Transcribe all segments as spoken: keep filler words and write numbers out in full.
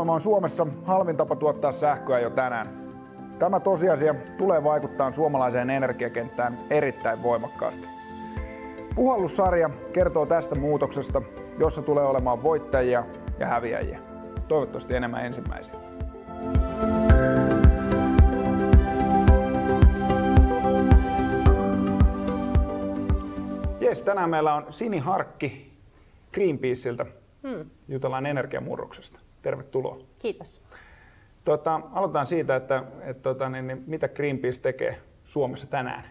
Tuulivoima on Suomessa halvin tapa tuottaa sähköä jo tänään. Tämä tosiasia tulee vaikuttaa suomalaiseen energiakenttään erittäin voimakkaasti. Puhallussarja kertoo tästä muutoksesta, jossa tulee olemaan voittajia ja häviäjiä. Toivottavasti enemmän ensimmäisiä. Jes, tänään meillä on Sini Harkki Greenpeaceiltä. Hmm. Jutellaan energiamurroksesta. Tervetuloa. Kiitos. Tota, aloitetaan siitä, että et, tota, niin, niin, mitä Greenpeace tekee Suomessa tänään?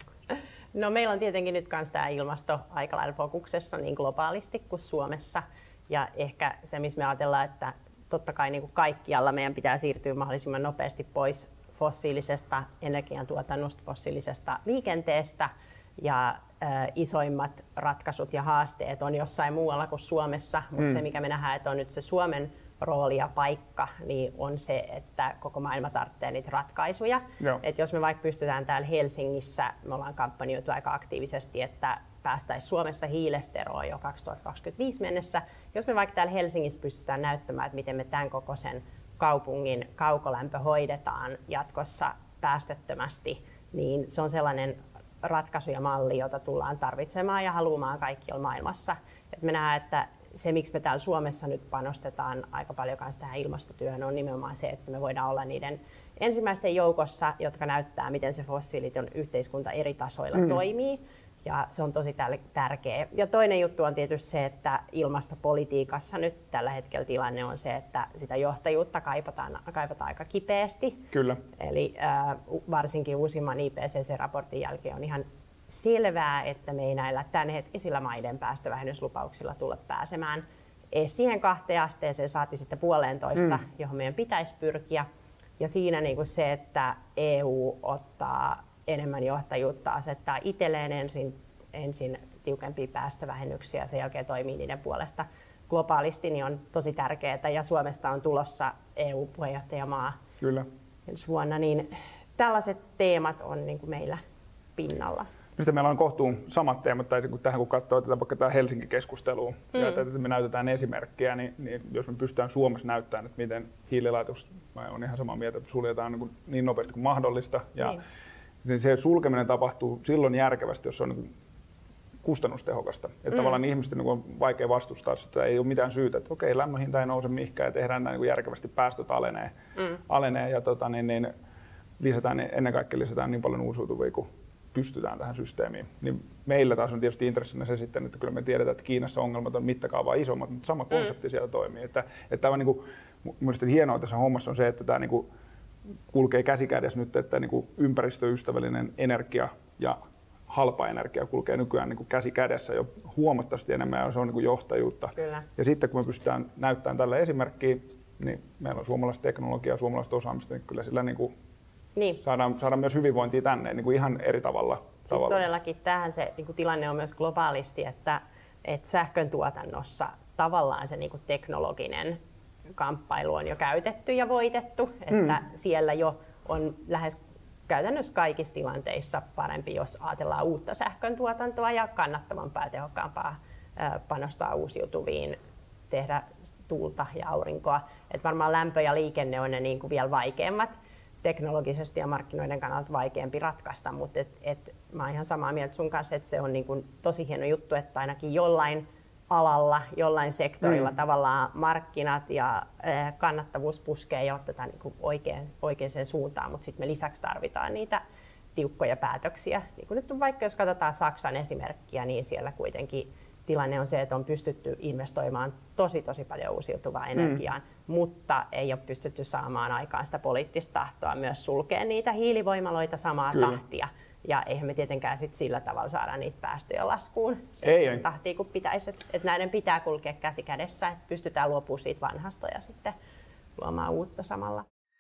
No, meillä on tietenkin nyt myös tämä ilmasto aika lailla fokuksessa niin globaalisti kuin Suomessa. Ja ehkä se, missä me ajatellaan, että totta kai niin kuin kaikkialla meidän pitää siirtyä mahdollisimman nopeasti pois fossiilisesta energiantuotannosta, fossiilisesta liikenteestä. Ja äh, isoimmat ratkaisut ja haasteet on jossain muualla kuin Suomessa, mutta mm. se mikä me nähdään, että on nyt se Suomen rooli ja paikka, niin on se, että koko maailma tarvitsee niitä ratkaisuja. Et jos me vaikka pystytään täällä Helsingissä, me ollaan kampanjoitu aika aktiivisesti, että päästäisiin Suomessa hiilestä eroon jo kaksituhattakaksikymmentäviisi mennessä. Jos me vaikka täällä Helsingissä pystytään näyttämään, että miten me tämän kokoisen kaupungin kaukolämpö hoidetaan jatkossa päästöttömästi, niin se on sellainen ratkaisu ja malli, jota tullaan tarvitsemaan ja haluamaan kaikkialla maailmassa. Et me nähdään, että se, miksi me täällä Suomessa nyt panostetaan aika paljon kanssa tähän ilmastotyöhön, on nimenomaan se, että me voidaan olla niiden ensimmäisten joukossa, jotka näyttää, miten se fossiiliton yhteiskunta eri tasoilla mm. toimii. Ja se on tosi tärkeä. Ja toinen juttu on tietysti se, että ilmastopolitiikassa nyt tällä hetkellä tilanne on se, että sitä johtajuutta kaipataan, kaipataan aika kipeästi. Kyllä. Eli äh, varsinkin uusimman I P C C-raportin jälkeen on ihan selvää, että me ei näillä tämänhetkisillä maiden päästövähennyslupauksilla tule pääsemään edes siihen kahteen asteeseen, saati sitten puolentoista, mm. johon meidän pitäisi pyrkiä. Ja siinä niin kuin se, että E U ottaa enemmän johtajuutta, asettaa itselleen ensin, ensin tiukempia päästövähennyksiä ja sen jälkeen toimii niiden puolesta globaalisti, niin on tosi tärkeää. Ja Suomesta on tulossa E U-puheenjohtajamaa Kyllä. ensi vuonna, niin tällaiset teemat on niin kuin meillä pinnalla. Sitten meillä on kohtuun samat teemat, tai kun tähän kun katsoo tätä vaikka tämä Helsinki-keskustelua, mm. ja että me näytetään esimerkkejä, niin, niin jos me pystytään Suomessa näyttämään, että miten hiililaitokset, mä olen ihan samaa mieltä, että suljetaan niin, niin nopeasti kuin mahdollista, ja niin. Niin se sulkeminen tapahtuu silloin järkevästi, jos se on niin kustannustehokasta. Että mm. tavallaan ihmisten niin on vaikea vastustaa sitä, ei ole mitään syytä, että okei, lämmön hinta ei nouse mihinkään ja tehdään näin niin järkevästi, päästöt alenee, mm. alenee ja tota, niin, niin lisätään, ennen kaikkea lisätään niin paljon uusiutuvia kuin pystytään tähän systeemiin. Niin meillä taas on tietysti intressinä se sitten, että kyllä me tiedetään, että Kiinassa ongelmat on mittakaavaa isommat, mutta sama konsepti mm. siellä toimii. Että, että tämä on niin kuin, mielestäni hienoa tässä hommassa on se, että tämä niin kuin kulkee käsikädessä nyt, että niin kuin ympäristöystävällinen energia ja halpa energia kulkee nykyään niin kuin käsi kädessä jo huomattavasti enemmän ja se on niin kuin johtajuutta. Kyllä. Ja sitten kun me pystytään näyttämään tällä esimerkkiä, niin meillä on suomalaista teknologiaa, suomalaista osaamista, niin kyllä sillä niin kuin niin. Saadaan, saadaan myös hyvinvointia tänne niin kuin ihan eri tavalla. Siis tavalla. Todellakin tähän se niin kuin tilanne on myös globaalisti, että, että sähkön tuotannossa tavallaan se niin kuin teknologinen kamppailu on jo käytetty ja voitettu, että hmm. siellä jo on lähes käytännössä kaikissa tilanteissa parempi, jos ajatellaan uutta sähkön tuotantoa ja kannattavampaa ja tehokkaampaa panostaa uusiutuviin, tehdä tuulta ja aurinkoa. Et varmaan lämpö ja liikenne on ne niin kuin vielä vaikeimmat teknologisesti ja markkinoiden kannalta vaikeampi ratkaista, mutta et, et, mä oon ihan samaa mieltä sun kanssa, että se on niin kuin tosi hieno juttu, että ainakin jollain alalla, jollain sektorilla mm. tavallaan markkinat ja äh, kannattavuus puskee ja otetaan niin kuin oikein, oikeaan suuntaan, mutta sitten me lisäksi tarvitaan niitä tiukkoja päätöksiä. Niin kuin nyt vaikka jos katsotaan Saksan esimerkkiä, niin siellä kuitenkin tilanne on se, että on pystytty investoimaan tosi tosi paljon uusiutuvaa energiaan, mm. mutta ei ole pystytty saamaan aikaan sitä poliittista tahtoa myös sulkea niitä hiilivoimaloita samaa Kyllä. tahtia. Ja eihän me tietenkään sit sillä tavalla saada niitä päästöjä laskuun sen tahtiin kuin pitäisi. Että et näiden pitää kulkea käsi kädessä, että pystytään luopumaan siitä vanhasta ja sitten luomaan uutta samalla.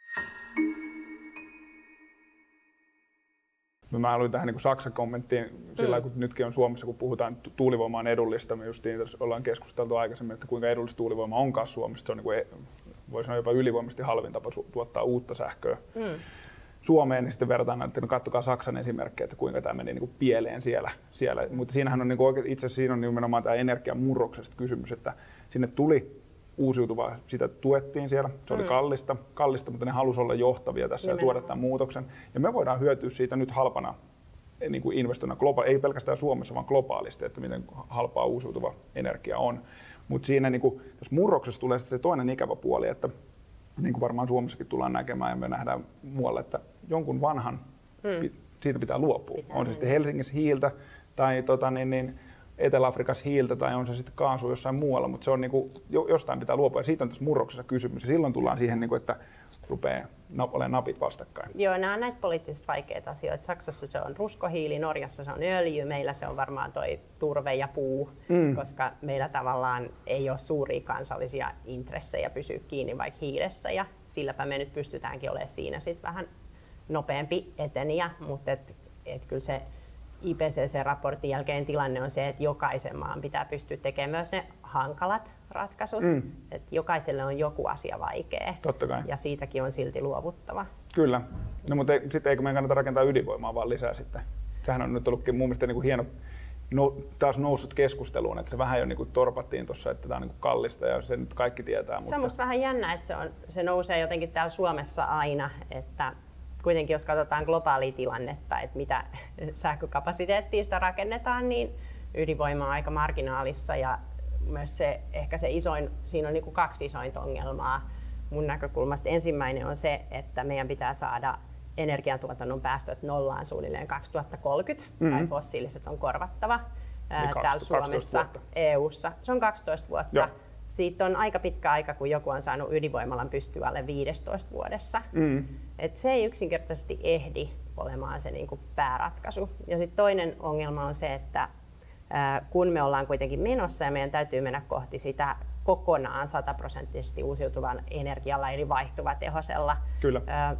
Mä aloin tähän niin Saksan kommenttiin sillä mm. kun nytkin on Suomessa, kun puhutaan tuulivoima on edullista, me just niin, ollaan keskusteltu aikaisemmin, että kuinka edullista tuulivoima onkaan Suomessa. Se on niin kuin, voi sanoa jopa ylivoimaisesti halvin tapa tuottaa uutta sähköä mm. Suomeen, niin sitten verrataan, että no, katsokaa Saksan esimerkkejä, että kuinka tämä meni niin kuin pieleen siellä. siellä. Mutta siinähän on niin kuin, itse asiassa siinä on nimenomaan tämä energiamurroksesta kysymys, että sinne tuli uusiutuvaa, sitä tuettiin siellä, se oli mm. kallista, kallista, mutta ne halusi olla johtavia tässä Nimenomaan. ja tuoda tämän muutoksen. Ja me voidaan hyötyä siitä nyt halpana niin kuin investoina, globa- ei pelkästään Suomessa, vaan globaalisti, että miten halpaa uusiutuva energia on. Mutta siinä niin kuin, jos murroksessa tulee se toinen ikävä puoli, että niin kuin varmaan Suomessakin tullaan näkemään ja me nähdään muualla, että jonkun vanhan mm. siitä pitää luopua. Pitää on se sitten Helsingissä hiiltä tai tota, niin, niin, Etelä-Afrikassa hiiltä tai on se sitten kaasu jossain muualla, mutta se on niin kuin, jostain pitää luopua ja siitä on tässä murroksessa kysymys. Ja silloin tullaan siihen, niin kuin, että rupeaa olemaan napit vastakkain. Joo, nämä on näitä poliittisesti vaikeita asioita. Saksassa se on ruskohiili, Norjassa se on öljy, meillä se on varmaan toi turve ja puu, mm. koska meillä tavallaan ei ole suuria kansallisia intressejä pysyä kiinni vaikka hiilessä ja silläpä me nyt pystytäänkin olemaan siinä sit vähän nopeampi eteniä, mutta et, et kyllä se I P C C-raportin jälkeen tilanne on se, että jokaisen maan pitää pystyä tekemään myös ne hankalat ratkaisut. Mm. Että jokaiselle on joku asia vaikea. Totta kai. Ja siitäkin on silti luovuttava. Kyllä. No mutta sitten eikö meidän kannata rakentaa ydinvoimaa vaan lisää sitten? Sehän on nyt ollutkin mun mielestä niin kuin hieno no, taas noussut keskusteluun, että se vähän jo niin kuin torpattiin tuossa, että tämä on niin kuin kallista ja se nyt kaikki tietää. Se mutta... on musta vähän jännä, että se, on, se nousee jotenkin täällä Suomessa aina, että kuitenkin jos katsotaan globaalia tilannetta, että mitä sähkökapasiteettia sitä rakennetaan, niin ydinvoima on aika marginaalissa ja myös se, ehkä se isoin, siinä on niin kuin kaksi isointa ongelmaa mun näkökulmasta. Ensimmäinen on se, että meidän pitää saada energiantuotannon päästöt nollaan suunnilleen kaksituhattakolmekymmentä, mm-hmm. tai fossiiliset on korvattava ää, täällä Suomessa, E U:ssa. Se on kaksitoista vuotta. Joo. Siitä on aika pitkä aika, kun joku on saanut ydinvoimalan pystyä alle viisitoista vuodessa. Mm. Et se ei yksinkertaisesti ehdi olemaan se niinku pääratkaisu. Ja sit toinen ongelma on se, että ää, kun me ollaan kuitenkin menossa ja meidän täytyy mennä kohti sitä kokonaan sataprosenttisesti uusiutuvan energialla eli vaihtuvatehoisella ää,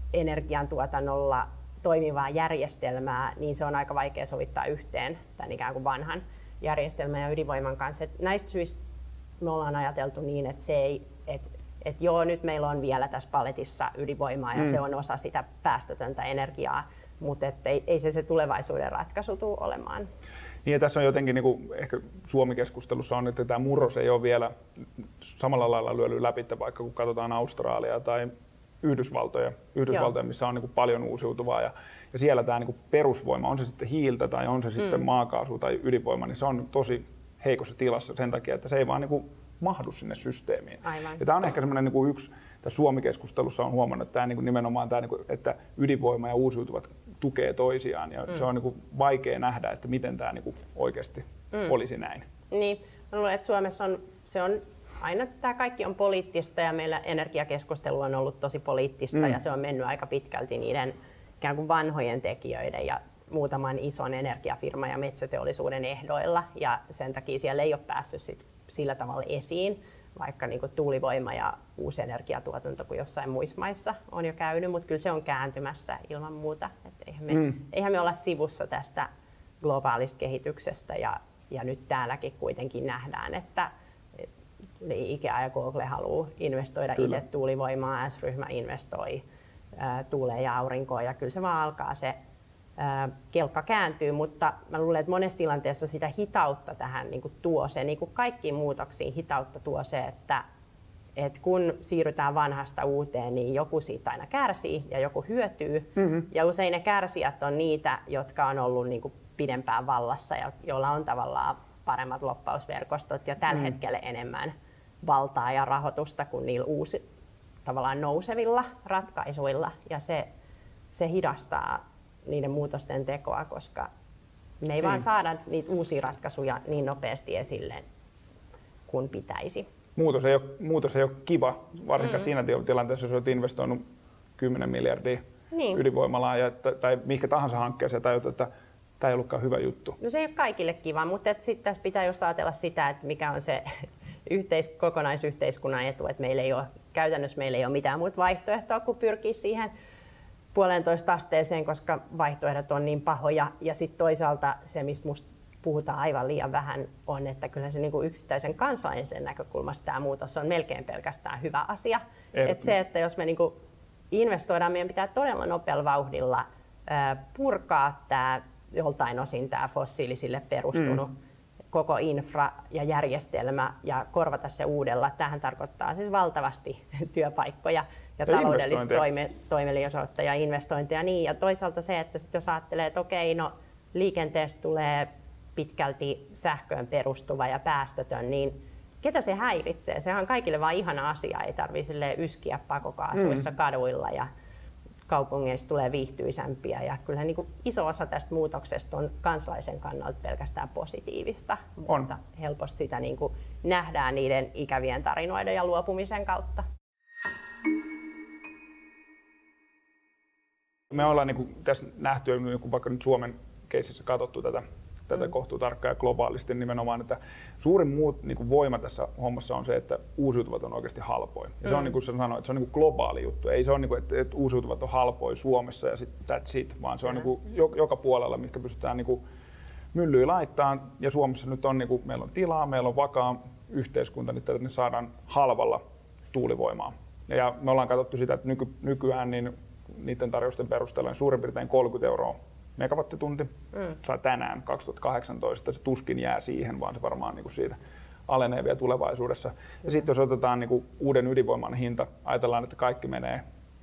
energiantuotannolla toimivaa järjestelmää, niin se on aika vaikea sovittaa yhteen tämän ikään kuin vanhan järjestelmän ja ydinvoiman kanssa. Et näistä syistä me ollaan ajateltu niin, että se ei, että et joo, nyt meillä on vielä tässä paletissa ydinvoimaa ja mm. se on osa sitä päästötöntä energiaa, mutta ei, ei se se tulevaisuuden ratkaisu tule olemaan. Niin ja tässä on jotenkin, niin kuin ehkä Suomi-keskustelussa on, että tämä murros ei ole vielä samalla lailla lyönyt läpi, vaikka kun katsotaan Australiaa tai Yhdysvaltoja, Yhdysvaltoja missä on niin kuin paljon uusiutuvaa. Ja, ja siellä tämä niin kuin perusvoima, on se sitten hiiltä tai on se sitten mm. maakaasu tai ydinvoima, niin se on tosi heikossa tilassa sen takia, että se ei vaan niin kuin mahdu sinne systeemiin. Aivan. Ja tämä on ehkä semmoinen niin kuin yksi, tässä Suomi-keskustelussa on huomannut, että tämä niin kuin nimenomaan tämä, niin kuin, että ydinvoima ja uusiutuvat tukee toisiaan ja mm. se on niin kuin vaikea nähdä, että miten tämä niin kuin oikeasti mm. olisi näin. Niin, mä luulen, että Suomessa on, se on aina tämä kaikki on poliittista ja meillä energiakeskustelu on ollut tosi poliittista mm. ja se on mennyt aika pitkälti niiden ikään kuin vanhojen tekijöiden ja muutaman ison energiafirman ja metsäteollisuuden ehdoilla ja sen takia siellä ei ole päässyt sit sillä tavalla esiin, vaikka niin kuin tuulivoima ja uusi energiatuotanto kuin jossain muissa maissa on jo käynyt, mutta kyllä se on kääntymässä ilman muuta. Et eihän, me, mm. eihän me olla sivussa tästä globaalista kehityksestä ja, ja nyt täälläkin kuitenkin nähdään, että IKEA ja Google haluaa investoida itse tuulivoimaa, S-ryhmä investoi ää, tuuleen ja aurinkoon ja kyllä se vaan alkaa se ää, kelkka kääntyy, mutta mä luulen, että monessa tilanteessa sitä hitautta tähän niin kuin tuo se, niin kuin kaikkiin muutoksiin hitautta tuo se, että et kun siirrytään vanhasta uuteen, niin joku siitä aina kärsii ja joku hyötyy mm-hmm. ja usein ne kärsijät on niitä, jotka on ollut niin kuin pidempään vallassa ja joilla on tavallaan paremmat loppausverkostot ja tällä mm. hetkellä enemmän valtaa ja rahoitusta kuin niillä uusi, tavallaan nousevilla ratkaisuilla. Ja se, se hidastaa niiden muutosten tekoa, koska me ei mm. vaan saada niitä uusia ratkaisuja niin nopeasti esille kuin pitäisi. Muutos ei ole, muutos ei ole kiva, varsinkaan mm. siinä tilanteessa, jos olet investoinut kymmenen miljardia niin. ydinvoimalaan ja, tai mihinkä tahansa hankkeeseen tai että tämä ei ollutkaan hyvä juttu. No se ei ole kaikille kiva, mutta sitten tässä pitää just ajatella sitä, että mikä on se yhteis- kokonaisyhteiskunnan etu, että meillä ei ole, käytännössä meillä ei ole mitään muuta vaihtoehtoa kuin pyrkiä siihen puolentoista asteeseen, koska vaihtoehdot on niin pahoja. Ja sitten toisaalta se, mistä musta puhutaan aivan liian vähän, on, että kyllä se niinku yksittäisen kansalaisen näkökulmasta tämä muutos on melkein pelkästään hyvä asia. Et se, että jos me niinku investoidaan, meidän pitää todella nopealla vauhdilla ää, purkaa tämä joltain osin tämä fossiilisille perustunut mm. koko infra ja järjestelmä ja korvata se uudella. Tämähän tarkoittaa siis valtavasti työpaikkoja ja, ja taloudellista toime, toimeliaisuutta ja investointeja. Niin. Ja toisaalta se, että sit jos ajattelee, että okei, no liikenteestä tulee pitkälti sähköön perustuva ja päästötön, niin ketä se häiritsee? Se on kaikille vaan ihana asia, ei tarvitse yskiä pakokaasuissa mm. kaduilla ja kaupungeista tulee viihtyisämpiä. Ja kyllä niin kuin iso osa tästä muutoksesta on kansalaisen kannalta pelkästään positiivista, on. Mutta helposti sitä niin kuin nähdään niiden ikävien tarinoiden ja luopumisen kautta. Me ollaan niin kuin tässä nähty, niin kuin vaikka nyt Suomen keississä katsottu tätä, tätä mm. kohtuu tarkkaan ja globaalisti nimenomaan, että suurin muut niin kuin voima tässä hommassa on se, että uusiutuvat on oikeasti halpoin. Ja mm. se on niin kuin sanoit, että se on niin kuin globaali juttu. Ei se ole niin kuin, että, että uusiutuvat on halpoin Suomessa ja sit that's it, vaan se on mm. niin kuin joka puolella, mitkä pystytään niin kuin myllyä laittamaan. Ja Suomessa nyt on, niin kuin, meillä on tilaa, meillä on vakaa yhteiskunta, niin että ne saadaan halvalla tuulivoimaa. Ja me ollaan katsottu sitä, että nyky, nykyään niin niiden tarjousten perusteella niin suurin piirtein kolmekymmentä euroa megawattitunti. Mm. Saa tänään kaksituhattakahdeksantoista, se tuskin jää siihen, vaan se varmaan niin kuin siitä alenee vielä tulevaisuudessa. Ja sitten jos otetaan niin kuin uuden ydinvoiman hinta, ajatellaan, että kaikki menee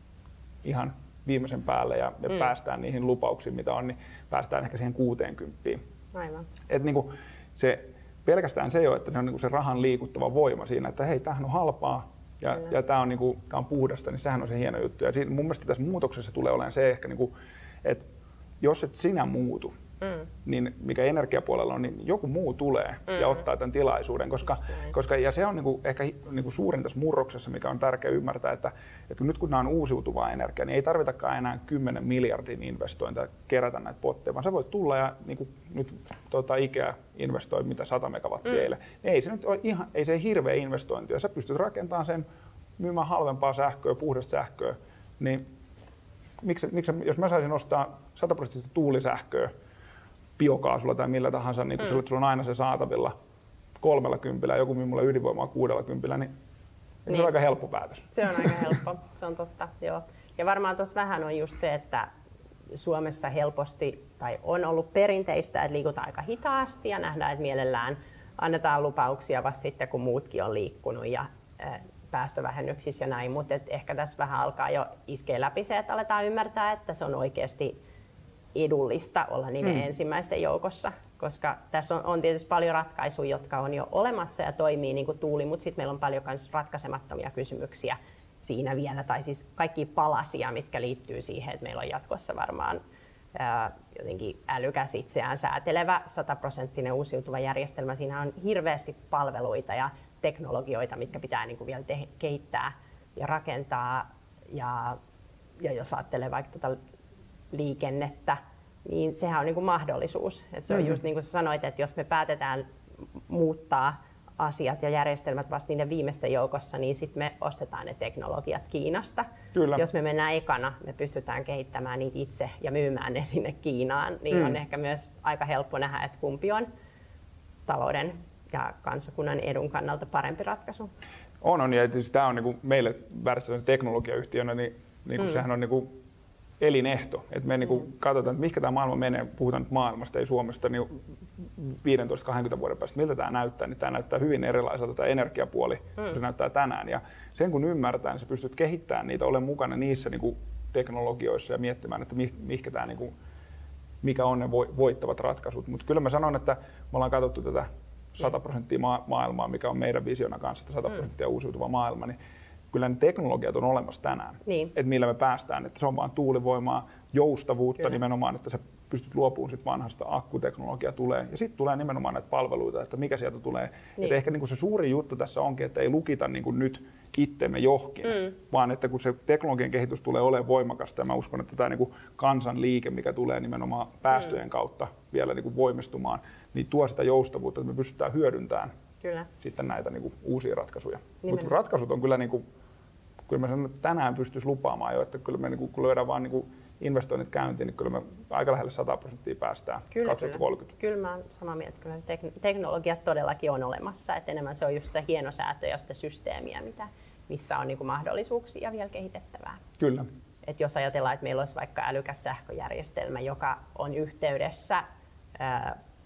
ihan viimeisen päälle ja me mm. päästään niihin lupauksiin, mitä on, niin päästään ehkä siihen kuuteenkymppiin. Aivan. Et niin kuin se, pelkästään se jo, että se on niin kuin se rahan liikuttava voima siinä, että hei, tämähän on halpaa ja, ja tämä on, niin kuin, tämä on puhdasta, niin sehän on se hieno juttu. Ja siinä, mun mielestä tässä muutoksessa tulee olemaan se ehkä, niin kuin, että jos et sinä muutu, mm. niin mikä energiapuolella on, niin joku muu tulee mm. ja ottaa tämän tilaisuuden. Koska, koska, ja se on niinku ehkä niinku suurin tässä murroksessa, mikä on tärkeää ymmärtää, että, että nyt kun nämä on uusiutuvaa energiaa, niin ei tarvitakaan enää kymmenen miljardin investointia kerätä näitä potteja, vaan sä voit tulla ja niin kuin nyt tota, Ikea investoi mitä sata megawattia mm. eilen. Ei se nyt ole ihan, ei se hirveä investointi, ja sä pystyt rakentamaan sen, myymään halvempaa sähköä, puhdasta sähköä, niin Miksi, miksi, jos mä saisin ostaa sata prosenttista tuulisähköä biokaasulla tai millä tahansa, niin kun mm. sulla on aina se saatavilla kolmella kympillä ja joku myy mulle ydinvoimaa kuudella kympillä, niin, niin se on aika helppo päätös. Se on aika helppo, se on totta, joo. Ja varmaan tuossa vähän on just se, että Suomessa helposti, tai on ollut perinteistä, että liikutaan aika hitaasti ja nähdään, että mielellään annetaan lupauksia vasta sitten, kun muutkin on liikkunut ja päästövähennyksissä ja näin, mutta ehkä tässä vähän alkaa jo iskeä läpi se, että aletaan ymmärtää, että se on oikeasti edullista olla niiden mm. ensimmäisten joukossa, koska tässä on, on tietysti paljon ratkaisuja, jotka on jo olemassa ja toimii niin kuin tuuli, mutta sitten meillä on paljon myös ratkaisemattomia kysymyksiä siinä vielä, tai siis kaikki palasia, mitkä liittyy siihen, että meillä on jatkossa varmaan ää, jotenkin älykäs itseään säätelevä sataprosenttinen uusiutuva järjestelmä. Siinä on hirveästi palveluita ja teknologioita, mitkä pitää niin kuin vielä te- kehittää ja rakentaa. Ja, ja jos ajattelee vaikka tuota liikennettä, niin sehän on niin kuin mahdollisuus. Et se on mm-hmm. just niin kuin sä sanoit, että jos me päätetään muuttaa asiat ja järjestelmät vasta niiden viimeisten joukossa, niin sitten me ostetaan ne teknologiat Kiinasta. Kyllä. Jos me mennään ekana, me pystytään kehittämään niitä itse ja myymään ne sinne Kiinaan, niin mm. on ehkä myös aika helppo nähdä, että kumpi on talouden ja kansakunnan edun kannalta parempi ratkaisu. On, on ja tämä on niinku meille väärässä teknologiayhtiönä, niin niinku mm. sehän on niinku elinehto. Et me niinku katsotaan, että mihinkä tämä maailma menee, puhutaan nyt maailmasta, ei Suomesta, niin viisitoista kaksikymmentä vuoden päästä, miltä tämä näyttää, niin tämä näyttää hyvin erilaiselta tämä energiapuoli, mm. se näyttää tänään. Ja sen kun ymmärtää, niin sä pystyt kehittämään niitä, olemaan mukana niissä niinku teknologioissa ja miettimään, että mihinkä tämä, niinku, mikä on ne voittavat ratkaisut. Mutta kyllä mä sanon, että me ollaan katsottu tätä sata prosenttia ma- maailmaa, mikä on meidän visiona kanssa, että sata prosenttia uusiutuva maailma, niin kyllä ne teknologiat on olemassa tänään, niin. että millä me päästään. Että se on vaan tuulivoimaa, joustavuutta kyllä. nimenomaan, että sä pystyt luopumaan sit vanhasta, akkuteknologia tulee. Ja sitten tulee nimenomaan näitä palveluita, että mikä sieltä tulee. Niin. Että ehkä niinku se suuri juttu tässä onkin, että ei lukita niinku nyt itsemme johonkin, mm. vaan että kun se teknologian kehitys tulee olemaan voimakasta, ja mä uskon, että tämä niinku kansanliike, mikä tulee nimenomaan päästöjen mm. kautta vielä niinku voimistumaan, niin tuo sitä joustavuutta, että me pystytään hyödyntämään kyllä. sitten näitä niinku uusia ratkaisuja. Mutta ratkaisut on kyllä, niinku, kyllä mä sanon, että tänään pystyisi lupaamaan jo, että kyllä me niinku, kun löydään vaan niinku investoinnit käyntiin, niin kyllä me aika lähelle sata prosenttia päästään kyllä, kaksituhattakolmekymmentä. Kyllä, kyllä mä oon samaa mieltä, kyllä se tek- teknologiat todellakin on olemassa, että enemmän se on just se hienosäätö ja sitä systeemiä, mitä, missä on niinku mahdollisuuksia vielä kehitettävää. Kyllä. Et jos ajatellaan, että meillä olisi vaikka älykäs sähköjärjestelmä, joka on yhteydessä ää,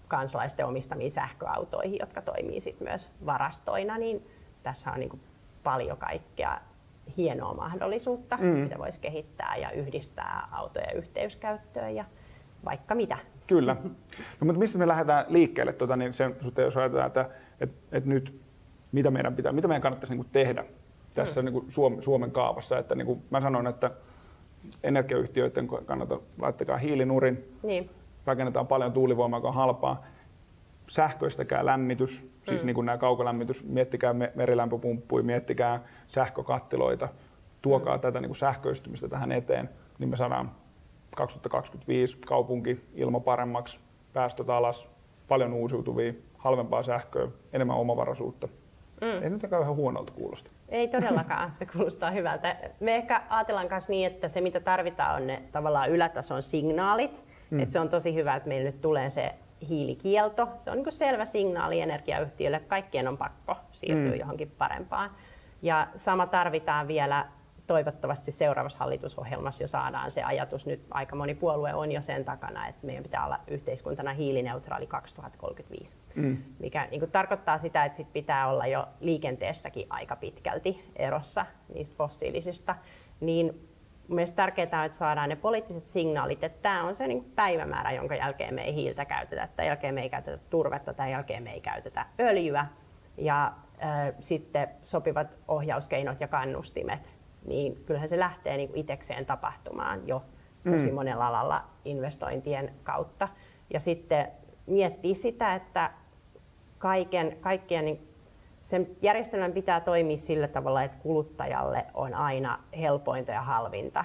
kansalaisten omistamiin sähköautoihin, jotka toimii sit myös varastoina, niin tässä on niin kuin paljon kaikkea hienoa mahdollisuutta, mm. mitä voisi kehittää ja yhdistää autojen yhteyskäyttöön ja vaikka mitä. Kyllä. No, mutta mistä me lähdetään liikkeelle, tuota, niin sen suhteen, jos ajatellaan, että, että, että nyt mitä meidän, pitää, mitä meidän kannattaisi niin kuin tehdä tässä mm. niin kuin Suomen, Suomen kaavassa. Että, niin kuin mä sanon, että energiayhtiöiden kannalta laittakaa hiilinurin, niin. rakennetaan paljon tuulivoimaa, joka on halpaa, sähköistäkää lämmitys, mm. siis niin kuin nämä kaukolämmitys, miettikää merilämpöpumppuja, miettikää sähkökattiloita, tuokaa mm. tätä niin kuin sähköistymistä tähän eteen, niin me saadaan kaksituhattakaksikymmentäviisi kaupunki ilma paremmaksi, päästöt alas, paljon uusiutuvia, halvempaa sähköä, enemmän omavaraisuutta. Mm. Ei nyt ihan huonolta kuulosta. Ei todellakaan, se kuulostaa hyvältä. Me ehkä ajatellaan myös niin, että se mitä tarvitaan on ne tavallaan ylätason signaalit. Mm. Että se on tosi hyvä, että meillä nyt tulee se hiilikielto. Se on niin kuin selvä signaali energiayhtiöille, kaikkien on pakko siirtyä mm. johonkin parempaan. Ja sama tarvitaan vielä toivottavasti seuraavassa hallitusohjelmassa jo saadaan se ajatus. Nyt aika moni puolue on jo sen takana, että meidän pitää olla yhteiskuntana hiilineutraali kaksituhattakolmekymmentäviisi, mm. mikä niin kuin tarkoittaa sitä, että sit pitää olla jo liikenteessäkin aika pitkälti erossa niistä fossiilisista. Niin mielestäni tärkeää on, että saadaan ne poliittiset signaalit, että tämä on se niin kuin päivämäärä, jonka jälkeen me ei hiiltä käytetä, tämän jälkeen me ei käytetä turvetta, tämän jälkeen me ei käytetä öljyä ja äh, sitten sopivat ohjauskeinot ja kannustimet. Niin kyllähän se lähtee niin kuin itsekseen tapahtumaan jo tosi mm. monella alalla investointien kautta. Ja sitten miettiä sitä, että kaiken, kaikkien, niin sen järjestelmän pitää toimia sillä tavalla, että kuluttajalle on aina helpointa ja halvinta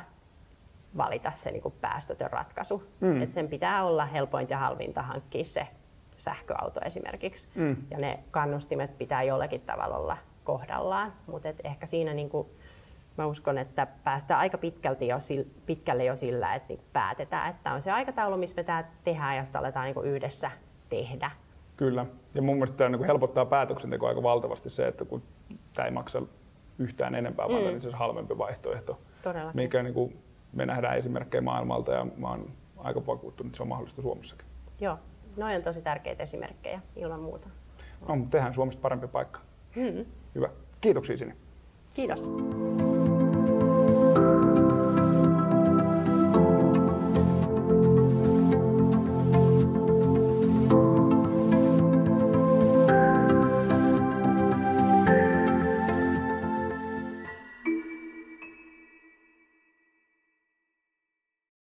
valita se niin kuin päästötön ratkaisu. Mm. Et sen pitää olla helpointa ja halvinta hankkia se sähköauto esimerkiksi. Mm. Ja ne kannustimet pitää jollakin tavalla olla kohdallaan. Mutta ehkä siinä niin kuin mä uskon, että päästään aika pitkälti jo, pitkälle jo sillä, että päätetään, että on se aikataulu, missä me tämä tehdään ja sitä aletaan niin yhdessä tehdä. Kyllä. Ja mun mielestä tämä niin helpottaa päätöksentekoa aika valtavasti se, että kun tämä ei maksa yhtään enempää, vaan mm. niin se on halvempi vaihtoehto. Todellakin. Mikä niin kuin me nähdään esimerkkejä maailmalta ja mä oon aika vakuuttunut, että se on mahdollista Suomessakin. Joo, noi on tosi tärkeitä esimerkkejä ilman muuta. No, mutta tehdään Suomesta parempi paikka. Mm. Hyvä. Kiitoksia sinne. Kiitos.